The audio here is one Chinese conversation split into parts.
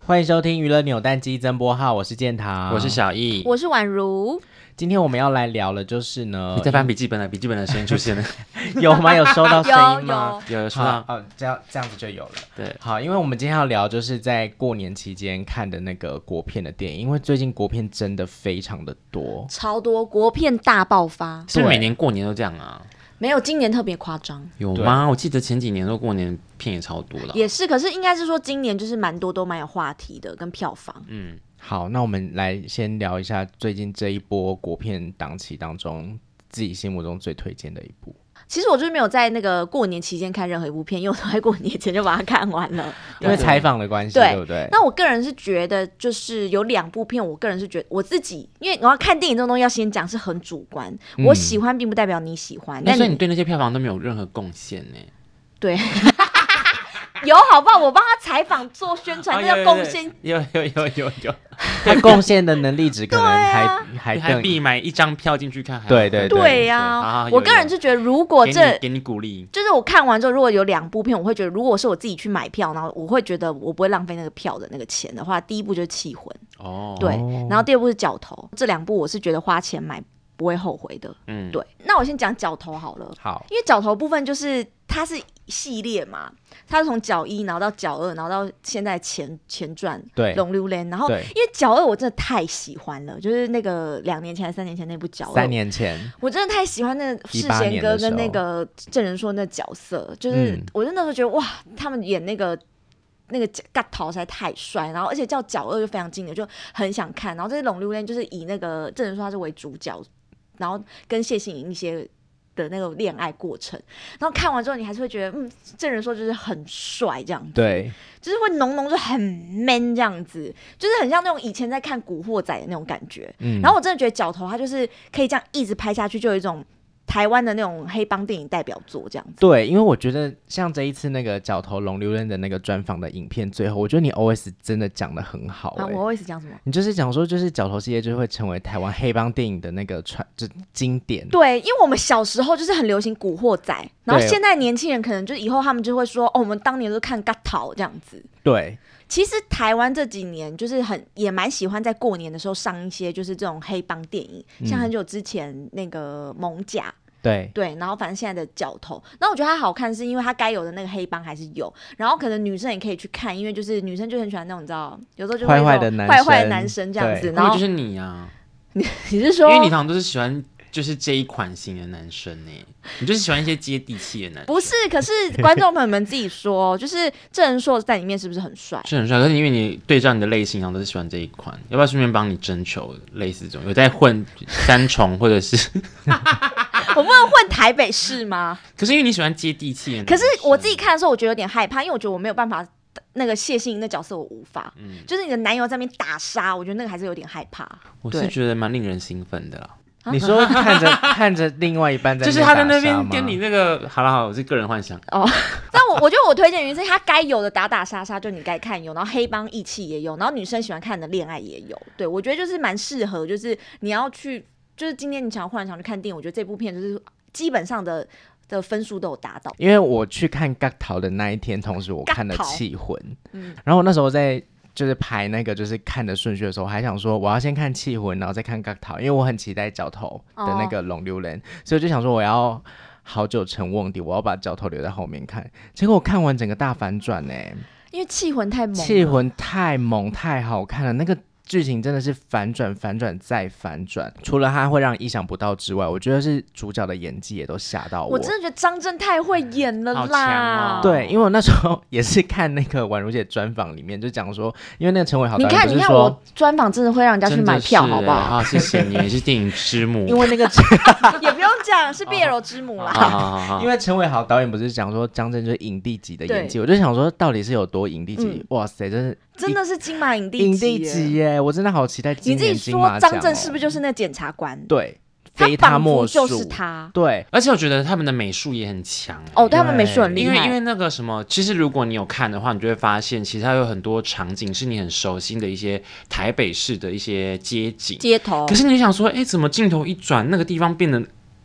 欢迎收听娱乐扭蛋机增播号，我是建堂， 我是小易， 我是宛如。 今天我们要来聊的就是呢， 你在翻笔记本了，笔记本的声音出现了， 有吗？有收到声音吗？ 有收到这样子就有了。 对， 好，因为我们今天要聊就是在过年期间看的那个国片的电影，因为最近国片真的非常的多， 超多国片大爆发， 是每年过年都这样啊？ 没有，今年特别夸张。 有吗？我记得前几年都过年片也超多的， 也是，可是应该是说今年就是蛮多都蛮有话题的，跟票房。 好，那我们来先聊一下最近这一波国片档期当中自己心目中最推荐的一部。 其实我就是没有在那个过年期间看任何一部片，因为我都在过年前就把它看完了， 因为采访的关系，对不对？ 那我个人是觉得，就是有2部片，我个人是觉得我自己，因为我要看电影这种东西，要先讲是很主观，我喜欢并不代表你喜欢。 但是你对那些票房都没有任何贡献呢？ 对。有好不好？我帮他采访做宣传，那叫贡献。 有， 他贡献的能力值可能还比买一张票进去看还对呀。我个人是觉得，如果给你鼓励， 就是我看完之后，如果有2部片，我会觉得，如果是我自己去买票，然后我会觉得我不会浪费那个票的那个钱的话，第一部就是《气魂》对，然后第2部是《角头》，这2部我是觉得花钱买不会后悔的，对。那我先讲角头好了， 好， 因为角头部分就是它是系列嘛，它是从角1然后到角2，然后到现在前传对龙溜莲，然后因为角2我真的太喜欢了，就是那个2年前、3年前那部角2 ，3年前我真的太喜欢那个世贤哥跟那个郑人硕那角色，就是我真的会觉得哇，他们演那个嘎头实在太帅，然后而且叫角2就非常经典，就很想看。然后这些龙溜莲就是以那个郑人硕他是为主角，然后跟谢欣颖一些的那个恋爱过程，然后看完之后你还是会觉得郑人硕就是很帅这样子， 对， 就是会浓就很 man 这样子，就是很像那种以前在看古惑仔的那种感觉。然后我真的觉得角头他就是可以这样一直拍下去，就有一种台湾的那种黑帮电影代表作这样子。 对，因为我觉得像这一次那个角头龙溜人的那个专访的影片，最后我觉得你 OS 真的讲得很好我 OS 讲什么？ 你就是讲说，就是角头系列就会成为台湾黑帮电影的那个就经典。 对，因为我们小时候就是很流行古惑仔，然后现在年轻人可能就以后他们就会说，我们当年都看嘎桃这样子。 对。 其实台湾这几年就是也蛮喜欢在过年的时候上一些就是这种黑帮电影，像很久之前那个艋舺。对，然后反正现在的角头，那我觉得它好看是因为它该有的那个黑帮还是有，然后可能女生也可以去看，因为就是女生就很喜欢那种你知道，有时候就会坏坏的男生这样子， 然后就是你啊， 你是说， 因为你常常都是喜欢就是这一款型的男生呢，你就是喜欢一些接地气的男生。 不是，可是观众朋友们自己说，就是郑人硕在里面是不是很帅？ 是很帅，可是因为你对照你的类型，好像都是喜欢这一款，要不要顺便帮你征求类似这种有在混三重或者是？ 我不能混台北市吗？ 可是因为你喜欢接地气的， 可是我自己看的时候，我觉得有点害怕，因为我觉得我没有办法，那个谢欣颖那角色我无法，就是你的男友在那边打杀，我觉得那个还是有点害怕。 我是觉得蛮令人兴奋的啦。 你说看着另外一半在那边打杀吗？ 就是他在那边跟你那个，好了，我是个人幻想哦。但我觉得我推荐原因是他该有的打杀杀就你该看有，然后黑帮义气也有，然后女生喜欢看的恋爱也有。对，我觉得就是蛮适合，就是你要去。就是今天你忽然想去看电影，我觉得这部片就是基本上的分数都有达到。 因为我去看《嘎桃》的那一天，同时我看了《气魂》，然后我那时候在就是排那个就是看的顺序的时候，我还想说我要先看《气魂》，然后再看《嘎桃》，因为我很期待角头的那个龙溜人，所以我就想说我要好久成瓮底，我要把角头留在后面看。结果我看完整个大反转因为《气魂》太猛了，《 气魂》太猛太好看了，那个。剧情真的是反转再反转，除了它会让意想不到之外，我觉得是主角的演技也都吓到我。 我真的觉得张震太会演了啦！ 好强哦！ 对，因为我那时候也是看那个宛如姐专访里面就讲说，因为那个陈伟豪导演不是说， 你看我专访真的会让人家去买票，好不好？ 谢谢你，也是电影之母。 因为那个也不用讲，是毕业楼之母啦。 因为陈伟豪导演不是讲说张震就是影帝级的演技，我就想说到底是有多影帝级？哇塞， 真的是金马影帝级耶！我真的好期待今年金马奖。 你自己说张震是不是就是那检察官？ 对，非他莫属， 就是他。 对， 而且我觉得他们的美术也很强哦，对，他们美术很厉害。 因为那个什么，其实如果你有看的话，你就会发现，其实它有很多场景是你很熟悉的一些台北市的一些街景、 街头。 可是你想说，怎么镜头一转，那个地方变得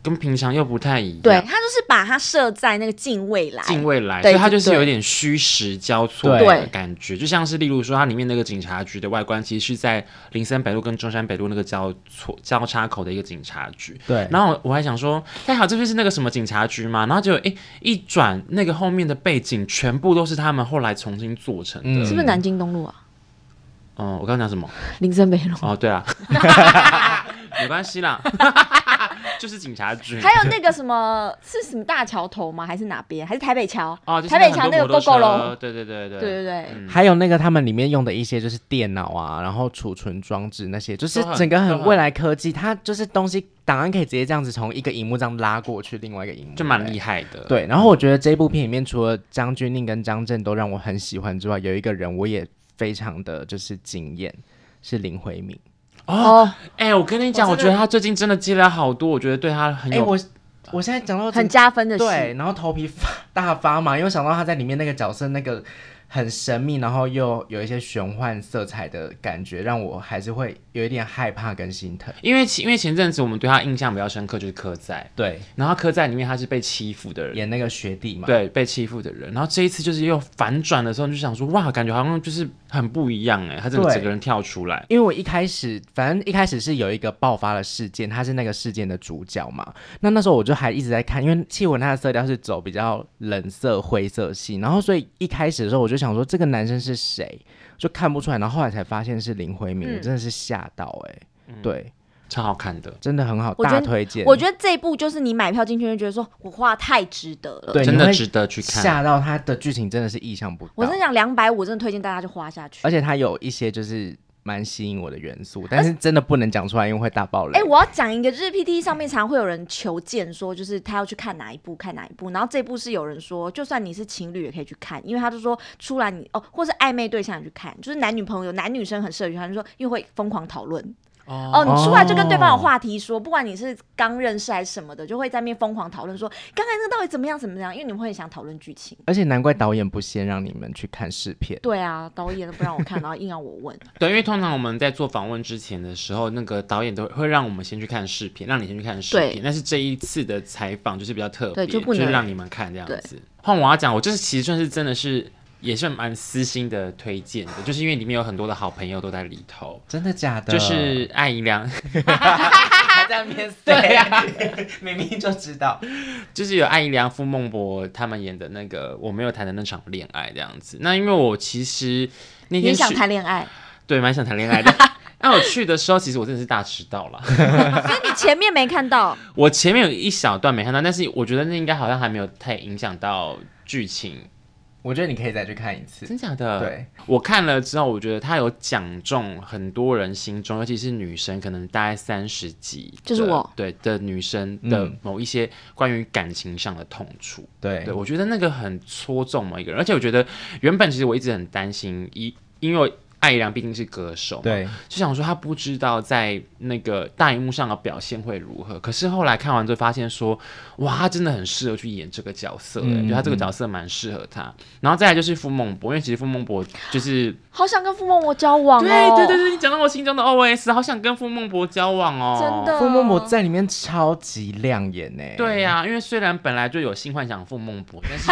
跟平常又不太一样。 对，他就是把它设在那个近未来， 所以它就是有点虚实交错的感觉，就像是例如说，它里面那个警察局的外观其实是在林森北路跟中山北路那个交叉口的一个警察局。 对， 然后我还想说，太好，这边是那个什么警察局吗？然后就一转，那个后面的背景全部都是他们后来重新做成的， 是不是南京东路啊？ 我刚刚讲什么？ 林森北路。 哦，对啊，没关系啦。就是警察局， 还有那个什么是什么大桥头吗？还是哪边？还是台北桥？ 哦，就是、 台北桥那个 GoGo 楼。 对、 还有那个他们里面用的一些就是电脑啊，然后储存装置那些，就是整个很未来科技，它就是东西档案可以直接这样子从一个荧幕这样拉过去另外一个荧幕， 就蛮厉害的。 对，然后我觉得这部片里面除了张钧甯跟张震都让我很喜欢之外，有一个人我也非常的就是惊艳，是林慧敏。 我跟你讲，我觉得他最近真的接了好多，我觉得对他很有。 我现在讲到很加分的事， 对，然后头皮大发嘛，因为想到他在里面那个角色那个很神秘，然后又有一些玄幻色彩的感觉，让我还是会有一点害怕跟心疼。 因为前阵子我们对他印象比较深刻就是柯在， 对， 然后柯在里面他是被欺负的人， 演那个学弟嘛， 对，被欺负的人。然后这一次就是又反转的时候，就想说哇，感觉好像就是很不一样他整个人跳出来。 因为我反正一开始是有一个爆发的事件，他是那个事件的主角嘛。那时候我就还一直在看，因为气吻他的色调是走比较冷色灰色系，然后所以一开始的时候我就想说这个男生是谁，就看不出来，然后后来才发现是林慧敏，我真的是吓到对， 超好看的， 真的很好，大推荐。 我觉得这一部就是你买票进去就觉得说我花太值得了， 对， 真的值得去看。 吓到他的剧情真的是意想不到。 我真的讲250，真的推荐大家就花下去。 而且他有一些就是蛮吸引我的元素，但是真的不能讲出来，因为会大爆雷。 我要讲一个，就是 PTT 上面常会有人求荐说，就是他要去看哪一部，然后这部是有人说，就算你是情侣也可以去看，因为他就说出来你或是暧昧对象也去看，就是男女朋友、男女生很适合去看，就说因为会疯狂讨论。你出来就跟对方有话题说，不管你是刚认识还是什么的，就会在那边疯狂讨论说刚才那个到底怎么样，因为你们会想讨论剧情。 而且难怪导演不先让你们去看试片。 对啊，导演都不让我看，然后硬要我问。 对，因为通常我们在做访问之前的时候，那个导演都会让我们先去看试片，让你先去看试片。但是这一次的采访就是比较特别，就是让你们看这样子。换我要讲，我这其实算是真的是。也是蛮私心的推荐的，就是因为里面有很多的好朋友都在里头。 真的假的？ 就是艾怡良还在那边对啊，明明就知道， 就是有艾怡良、傅孟博他们演的那个我没有谈的那场恋爱这样子。那因为我其实那天也想谈恋爱， 对，蛮想谈恋爱的。那我去的时候，其实我真的是大迟到了， 所以你前面没看到。 我前面有一小段没看到，但是我觉得那应该好像还没有太影响到剧情。 我觉得你可以再去看一次。 真假的？ 对， 我看了之后，我觉得他有讲中很多人心中，尤其是女生，可能大概30几， 就是我对的女生的某一些关于感情上的痛处。 对， 我觉得那个很戳中某一个人，而且我觉得原本其实我一直很担心，因为艾怡良毕竟是歌手嘛， 对， 就想说他不知道在那个大荧幕上的表现会如何。可是后来看完之后发现说，哇，他真的很适合去演这个角色，就他这个角色蛮适合他。然后再来就是傅孟博，因为其实傅孟博就是好想跟傅孟博交往对，你讲到我心中的 OS， 好想跟傅孟博交往哦， 真的。 傅孟博在里面超级亮眼呢。 对呀，因为虽然本来就有性幻想傅孟博，但是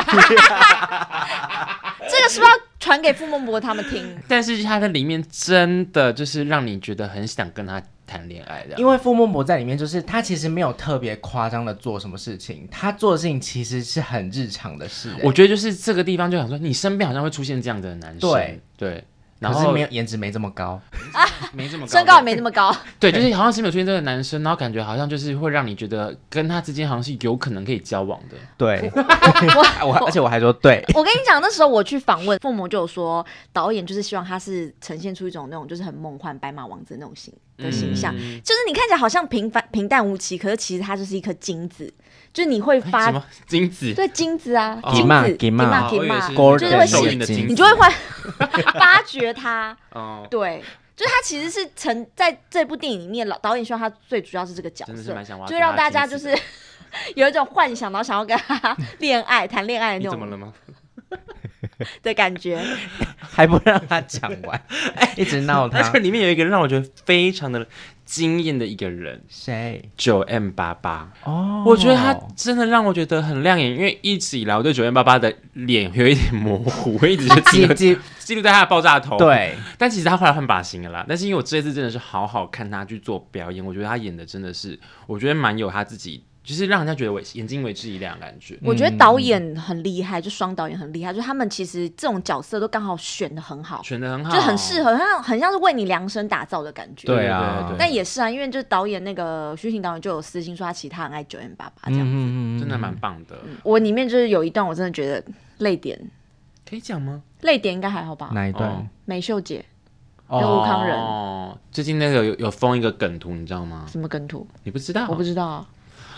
这个是不是要传给傅孟博他们听？ 但是他在里面真的就是让你觉得很想跟他谈恋爱的。 因为傅孟博在里面就是他其实没有特别夸张的做什么事情，他做的事情其实是很日常的事。 我觉得就是这个地方就想说，你身边好像会出现这样的男生，对。然后可是没有颜值没这么高没这么高， 身高也没这么高。 对，就是好像是没有出现这个男生，然后感觉好像就是会让你觉得跟他之间好像是有可能可以交往的。 对，而且我还说对。 我跟你讲，那时候我去访问傅孟就有说，导演就是希望他是呈现出一种那种就是很梦幻白马王子那种形象，就是你看起来好像平淡无奇，可是其实他就是一个金子。就是你会发什么金子？ 对，金子啊， 金子， 就是会吸，你就会发掘它。对，就是他其实是在这部电影里面，导演希望他最主要是这个角色，就让大家就是有一种幻想，然后想要跟他谈恋爱的那种。 你怎么了吗？ 的感觉， 还不让他讲完，一直闹他。 而且里面有一个人让我觉得非常的惊艳的一个人。 谁 ？9M88。哦，我觉得他真的让我觉得很亮眼，因为一直以来我对9M88的脸有一点模糊，我一直就记录在他的爆炸头。 对， 但其实他后来换发型了啦。但是因为我这次真的是好好看他去做表演，我觉得他演的真的是，我觉得蛮有他自己。就是让人家觉得眼睛为之一亮的感觉。 我觉得导演很厉害，就双导演很厉害，就他们其实这种角色都刚好选的很好，就很适合，很像是为你量身打造的感觉。 对啊， 但也是啊，因为就是导演那个徐婷导演就有私信说他其实他很爱9M88这样子， 真的蛮棒的。 我里面就是有一段我真的觉得泪点， 可以讲吗？ 泪点应该还好吧？ 哪一段？ 美秀姐跟吴康仁。 哦，最近那个有封一个梗图，你知道吗？ 什么梗图？ 你不知道？ 我不知道啊。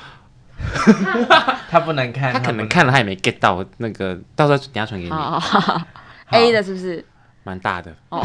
他不能看， 他可能看了，他也没 get 到那个，到时候等下传给你。 A 的是不是？ 蛮大的。哦。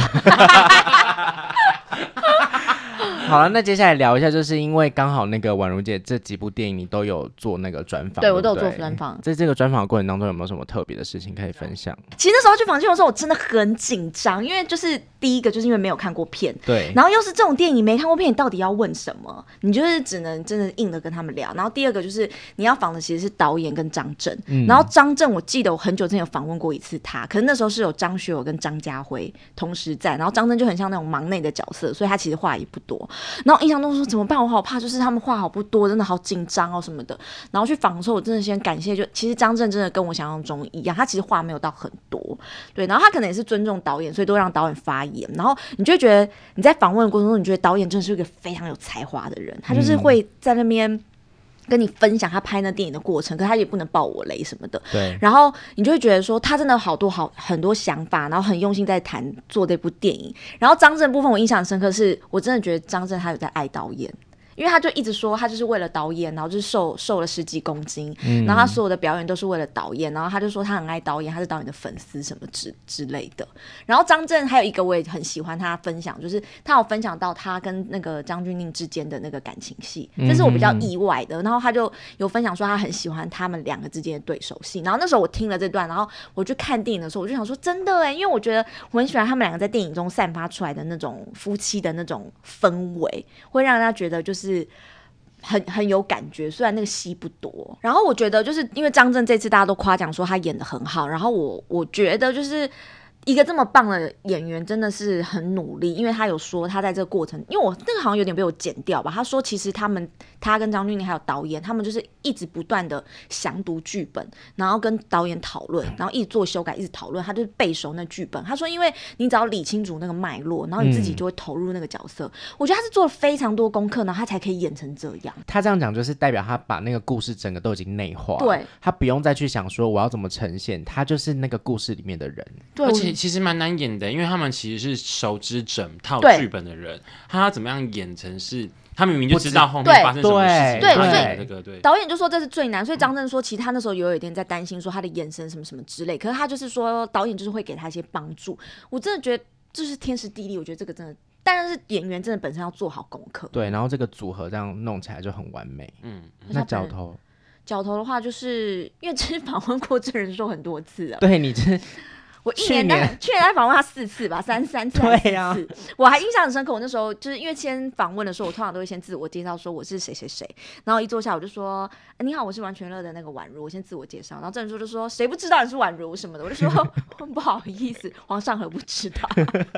好了，那接下来聊一下，就是因为刚好那个婉如姐这几部电影你都有做那个专访， 对我都有做专访。 在这个专访的过程当中，有没有什么特别的事情可以分享？ 其实那时候去访问的时候，我真的很紧张，因为就是第一个就是因为没有看过片， 对， 然后又是这种电影，你没看过片，你到底要问什么？你就是只能真的硬的跟他们聊。然后第二个就是你要访的其实是导演跟张震，然后张震我记得我很久之前有访问过一次他，可是那时候是有张学友跟张家辉同时在，然后张震就很像那种忙内的角色，所以他其实话也不多。然后印象中说怎么办？我好怕，就是他们话好不多，真的好紧张哦什么的。然后去访的时候，我真的先感谢，就其实张震真的跟我想象中一样，他其实话没有到很多，对。然后他可能也是尊重导演，所以都让导演发言。然后你就会觉得你在访问的过程中，你觉得导演真的是一个非常有才华的人，他就是会在那边跟你分享他拍那电影的过程，可是他也不能爆我雷什么的。 对。 然后你就会觉得说，他真的很多想法，然后很用心在谈做这部电影。然后张震部分我印象很深刻，是我真的觉得张震他有在爱导演。因为他就一直说他就是为了导演，然后就是瘦了10几公斤，然后他所有的表演都是为了导演，然后他就说他很爱导演，他是导演的粉丝什么之类的。然后张震还有一个我也很喜欢他分享，就是他有分享到他跟那个张钧甯之间的那个感情戏，这是我比较意外的。然后他就有分享说他很喜欢他们两个之间的对手戏。然后那时候我听了这段，然后我去看电影的时候，我就想说真的耶，因为我觉得我很喜欢他们两个在电影中散发出来的那种夫妻的那种氛围，会让人家觉得就是很有感觉，虽然那个戏不多。然后我觉得就是因为张震这次大家都夸奖说他演得很好，然后我觉得就是一个这么棒的演员真的是很努力，因为他有说他在这个过程，因为我那个好像有点被我剪掉吧，他说其实他跟张钧甯还有导演，他们就是一直不断的详读剧本，然后跟导演讨论，然后一直做修改，一直讨论，他就是背熟那剧本。他说因为你只要理清楚那个脉络，然后你自己就会投入那个角色。我觉得他是做了非常多功课，然后他才可以演成这样。 他这样讲就是代表他把那个故事整个都已经内化， 对， 他不用再去想说我要怎么呈现，他就是那个故事里面的人。 对， 而且其实蛮难演的，因为他们其实是熟知整套剧本的人，他要怎么样演成是他明明就知道后面发生什么事情， 对，所以导演就说这是最难，所以张震说其实他那时候有一点在担心说他的眼神什么什么之类，可是他就是说导演就是会给他一些帮助。我真的觉得这是天时地利，我觉得这个真的，但是演员真的本身要做好功课。 对，然后这个组合这样弄起来就很完美。那角头的话，就是因为之前访问过郑人硕很多次啊。 对，你这。 我去年才访问他4次吧，三次还是4次、 啊、 我还印象很深刻。我那时候就是因为先访问的时候，我通常都会先自我介绍说我是谁谁谁，然后一坐下我就说你好，我是完全乐的那个婉如，我先自我介绍。然后郑人硕就说谁不知道你是婉如什么的，我就说不好意思，黄尚和不知道。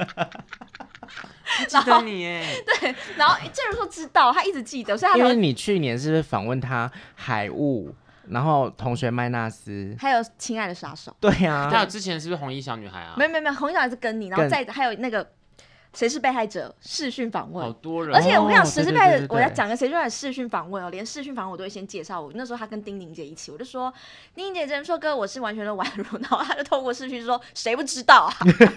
记得你耶， 对，然后郑人硕知道，他一直记得，所以他因为你去年是不是访问他海雾？然后同学麦纳斯， 还有亲爱的杀手， 对啊， 还有之前是不是红衣小女孩啊？ 没有，红衣小女孩是跟你，然后再还有那个谁是被害者视讯访问， 好多人。 而且我跟你讲，谁是被害者，我要讲个谁是被害者视讯访问哦，连视讯访问我都会先介绍我。那时候他跟丁宁姐一起，我就说丁宁姐只能说哥，我是完全的宛如，然后他就透过视讯说谁不知道啊？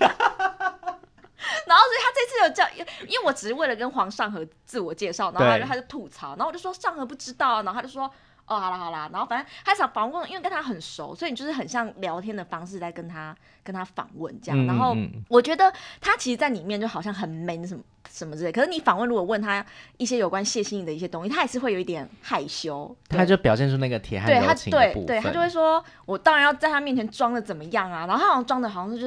然后所以他这次有叫，因为我只是为了跟黄尚和自我介绍，然后他就吐槽，然后我就说尚和不知道啊，然后他就说。哦，好啦，然后反正他想访问，因为跟他很熟，所以你就是很像聊天的方式在跟他访问这样。然后我觉得他其实，在里面就好像很 man 什么之类，可是你访问如果问他一些有关谢欣颖的一些东西，他还是会有一点害羞。 他就表现出那个铁汉柔情的部分。 对，他就会说，我当然要在他面前装的怎么样啊？然后他好像装的好像就是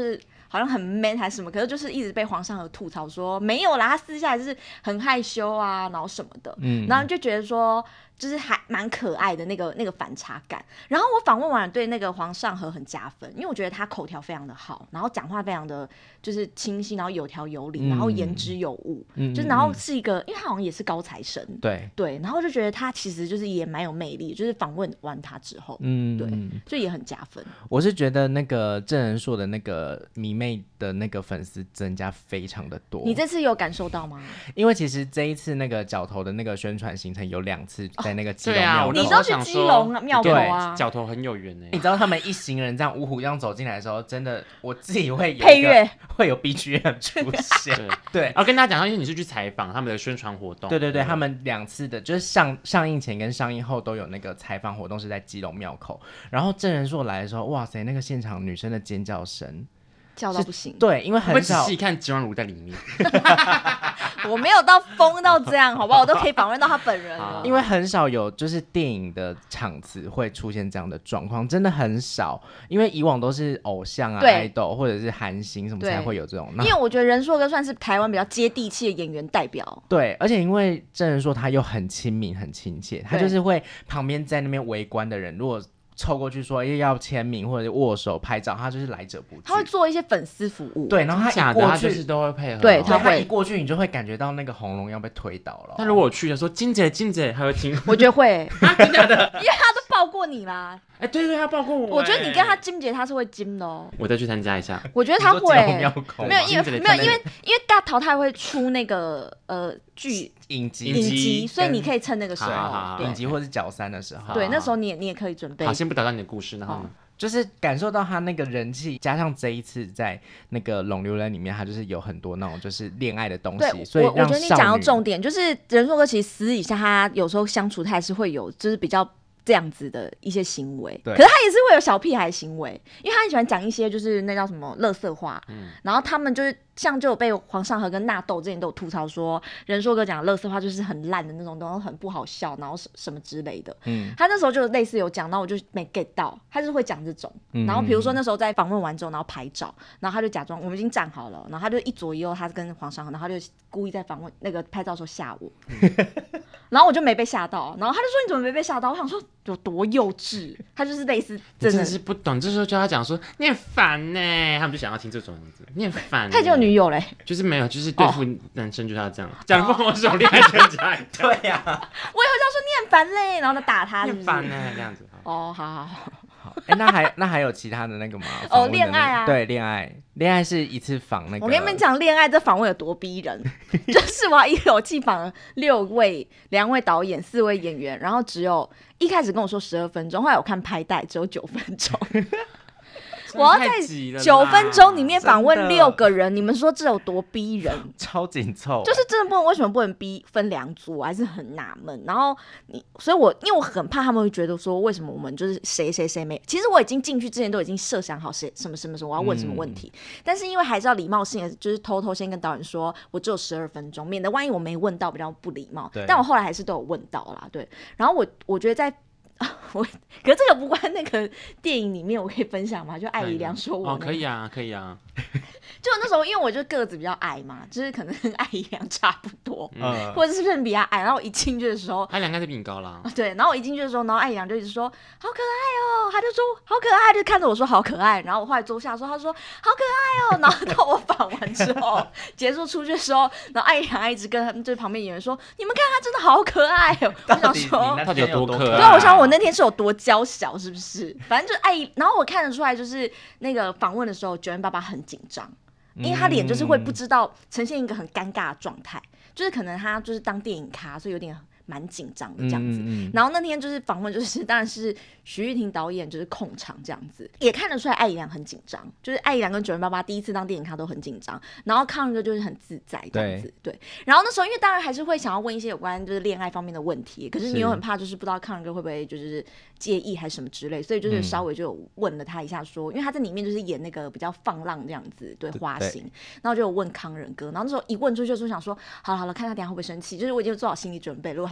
好像很 man 还是什么，可是就是一直被黄尚和吐槽说没有啦，他私下就是很害羞啊，然后什么的，然后就觉得说就是还蛮可爱的那个反差感。然后我访问完对那个黄尚和很加分，因为我觉得他口条非常的好，然后讲话非常的就是清晰，然后有条有理，然后言之有物，就是然后是一个，因为他好像也是高材生，对，然后就觉得他其实就是也蛮有魅力，就是访问完他之后，对，所以也很加分。 我是觉得那个郑人硕的那个迷妹的那个粉丝增加非常的多。 你这次有感受到吗？ 因为其实这一次那个角头的那个宣传行程有2次在那个基隆庙口， 你都去基隆庙口啊？ 角头很有缘你知道他们一行人这样五虎这样走进来的时候，真的我自己会有配乐， 会有 BGM 出现。对， 然后跟大家讲，因为你是去采访他们的宣传活动， 对，他们2次的，就是上映前跟上映后都有那个采访活动是在基隆庙口。然后郑人硕来的时候，哇塞，那个现场女生的尖叫声。 叫到不行， 对，因为很少。 我仔细看吉王如在里面， 我没有到疯到这样，好不好？我都可以访问到他本人了。 因为很少有就是电影的场子会出现这样的状况，真的很少。因为以往都是偶像啊、idol 或者是韩星什么才会有这种。 因为我觉得人硕哥算是台湾比较接地气的演员代表。 对，而且因为郑人硕他又很亲民、很亲切，他就是会旁边在那边围观的人，如果凑过去说要签名或者握手拍照，他就是来者不拒。 他会做一些粉丝服务， 对，然后他一过去他就是都会配合， 对， 他一过去你就会感觉到那个红龙要被推倒了。 那如果我去的说金姐，他会听， 我觉得会， 真的， 因为他都抱过你啦。 对，他抱过我。 我觉得你跟他金姐他是会金的哦。 我再去参加一下。 我觉得他会，没有，因为大淘汰会出那个剧影集， 所以你可以趁那个时候， 影集或是角3的时候， 对，那时候你也可以准备。 好，先不打断你的故事，然后呢？ 就是感受到他那个人气，加上这一次在那个《龙流人》里面，他就是有很多那种就是恋爱的东西，所以我觉得你讲到重点，就是人硕哥其实私底下他有时候相处，他还是会有就是比较这样子的一些行为，可是他也是会有小屁孩行为，因为他很喜欢讲一些就是那叫什么垃圾话，然后他们就是像就有被黄尚和跟纳豆之前都有吐槽说，人硕哥讲垃圾话就是很烂的那种，然后很不好笑，然后什么之类的。他那时候就类似有讲到，我就没 get 到，他就是会讲这种。然后比如说那时候在访问完之后，然后拍照，然后他就假装我们已经站好了，然后他就一左一右，他跟黄尚和，然后他就故意在访问那个拍照的时候吓我，然后我就没被吓到，然后他就说你怎么没被吓到？我想说有多幼稚，他就是类似真的是不懂，这时候叫他讲说你很烦呢，他们就想要听这种子，你很烦。 他已经有女友嘞， 就是没有，就是对付男生就是要这样，讲不我手恋爱专家， 对呀， 我以后就要说你很烦嘞，然后他打他， 你很烦呢这样子。 哦，好。 那还有其他的那个吗？ 恋爱啊， 对，恋爱是一次访那个。 我跟你们讲，恋爱这访问有多逼人，就是我要一口气访了2位导演，4位演员，然后只有一开始跟我说12分钟，后来我看拍带只有9分钟。我要在9分钟里面访问6个人，你们说这有多逼人？ 超紧凑， 就是真的不能，为什么不能分2组？我还是很纳闷。然后所以因为我很怕他们会觉得说，为什么我们就是谁没？其实我已经进去之前都已经设想好什么我要问什么问题，但是因为还是要礼貌性的，就是偷偷先跟导演说，我只有12分钟，免得万一我没问到比较不礼貌。但我后来还是都有问到啦，对。然后我觉得在。可是这个不关那个电影里面，我可以分享吗？就艾怡良说我可以啊。 就那时候，因为我就个子比较矮嘛，就是可能跟艾怡良差不多，或者是人比他矮。然后我一进去的时候， 艾怡良应该是比你高啦。 对，然后我一进去的时候，然后艾怡良就一直说好可爱哦，他就说好可爱，就看着我说好可爱。然后我后来坐下说，他说好可爱哦。然后到我访完之后结束出去的时候，然后艾怡良一直跟他们就是旁边演员说，你们看他真的好可爱哦。我想说到底有多可爱？ 对，我想我那天是有多娇小，是不是？反正就艾怡，然后我看得出来，就是那个访问的时候，9元爸爸很紧张。因为他脸就是会不知道呈现一个很尴尬的状态，就是可能他就是当电影咖，所以有点蛮紧张的这样子。然后那天就是访问，就是当然是徐玉婷导演就是控场这样子，也看得出来艾怡良很紧张，就是艾怡良跟9元爸爸第一次当电影咖都很紧张，然后康仁哥就是很自在这样子。对。然后那时候因为当然还是会想要问一些有关就是恋爱方面的问题，可是你又很怕就是不知道康仁哥会不会就是介意还是什么之类，所以就是稍微就有问了他一下说，因为他在里面就是演那个比较放浪这样子，对，花心，然后就有问康仁哥，然后那时候一问出去就想说好了，看他等一下会不会生气，就是我已经做好心理准备，如果他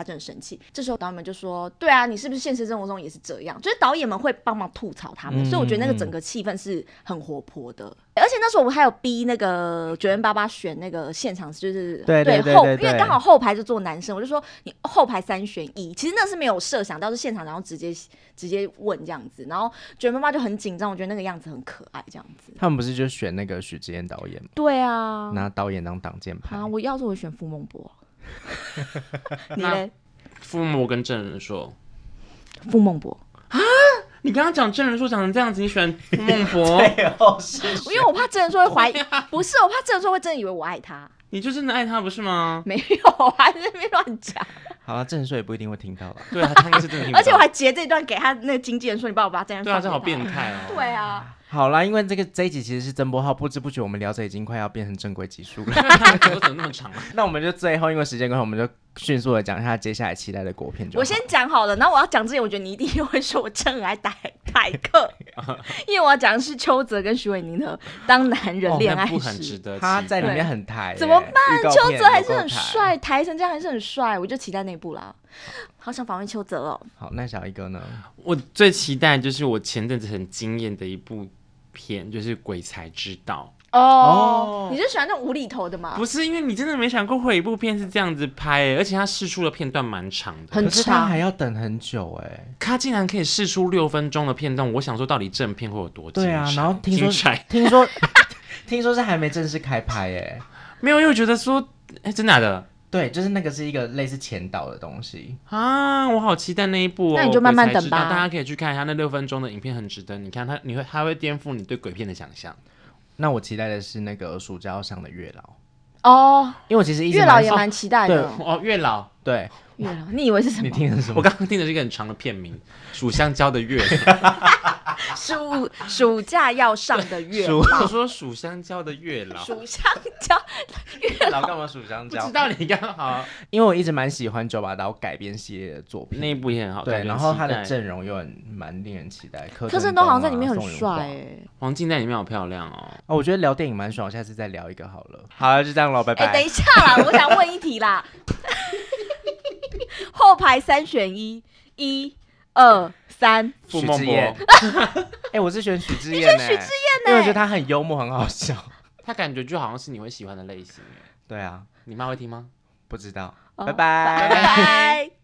他真的生气。这时候导演们就说：“对啊，你是不是现实生活中也是这样？”就是导演们会帮忙吐槽他们，所以我觉得那个整个气氛是很活泼的。而且那时候我们还有逼那个9m88选那个现场，就是对后，因为刚好后排就坐男生，我就说你后排3选1，其实那是没有设想到是现场，然后直接问这样子，然后9m88就很紧张，我觉得那个样子很可爱这样子。 他们不是就选那个许志燕导演吗？ 对啊， 拿导演当挡箭牌。 我要是我选傅孟博，你嘞？ 傅孟博跟郑人硕， 傅孟博啊。你刚刚讲郑人硕讲成这样子，你选傅孟博？ 因为我怕郑人硕会怀疑，不是，我怕郑人硕会真的以为我爱他。 你就真的爱他不是吗？ 没有，还在那边乱讲。 好了，郑人硕也不一定会听到了。 对啊，他应该是真的听到。 而且我还截这段给他那个经纪人说：“你帮我把他这样放。” 对啊，这好变态哦。 对啊。 好啦，因为这一集其实是曾波浩，不知不觉我们聊着已经快要变成正规集数了。 怎么那么长啊？ 那我们就最后因为时间关系，我们就迅速的讲一下接下来期待的国片就好。 我先讲好了，然后我要讲之前，我觉得你一定会说我真很爱台客，因为我要讲的是邱泽跟徐伟宁的当男人恋爱时， 他在里面很台， 怎么办？邱泽还是很帅，台成这样还是很帅，我就期待那部啦。好想访问邱泽哦。 好，那小一哥呢？ 我最期待就是我前阵子很惊艳的一部片，就是《鬼才之道》。 哦，你是喜欢那种无厘头的吗？ 不是，因为你真的没想过会有一部片是这样子拍，而且他释出的片段蛮长的， 很长， 可是他还要等很久哎。 他竟然可以释出6分钟的片段，我想说到底正片会有多精彩？ 对啊，然后听说是还没正式开拍哎， 没有，因为觉得说，真的假的？ 对，就是那个是一个类似前导的东西啊，我好期待那一部哦。 那你就慢慢等吧， 大家可以去看一下那6分钟的影片，很值得。你看它会颠覆你对鬼片的想象。 那我期待的是那个暑假要上的月老哦， 因为我其实一直月老也蛮期待的。 对哦，月老， 对， 月老，你以为是什么？ 你听的是什么？ 我刚刚听的是一个很长的片名，蜀香蕉的月老。暑假要上的月老。 我说蜀香蕉的月老。 蜀香蕉月老干嘛蜀香蕉？ 不知道你刚好。 因为我一直蛮喜欢9把刀改编系列的作品， 那一部也很好。 对，然后他的阵容又蛮令人期待，柯震东好像在里面很帅哎， 黄靖在里面好漂亮哦。 我觉得聊电影蛮爽，下次再聊一个好了。好了，就这样咯，拜拜。 等一下啦，我想问一题啦。后排3选1，1、2、3， 傅孟博。 我是选许志燕。 你选许志燕呢？ 因为我觉得他很幽默，很好笑。 他感觉就好像是你会喜欢的类型。 对啊， 你妈会听吗？ 不知道。 拜拜拜。 拜拜。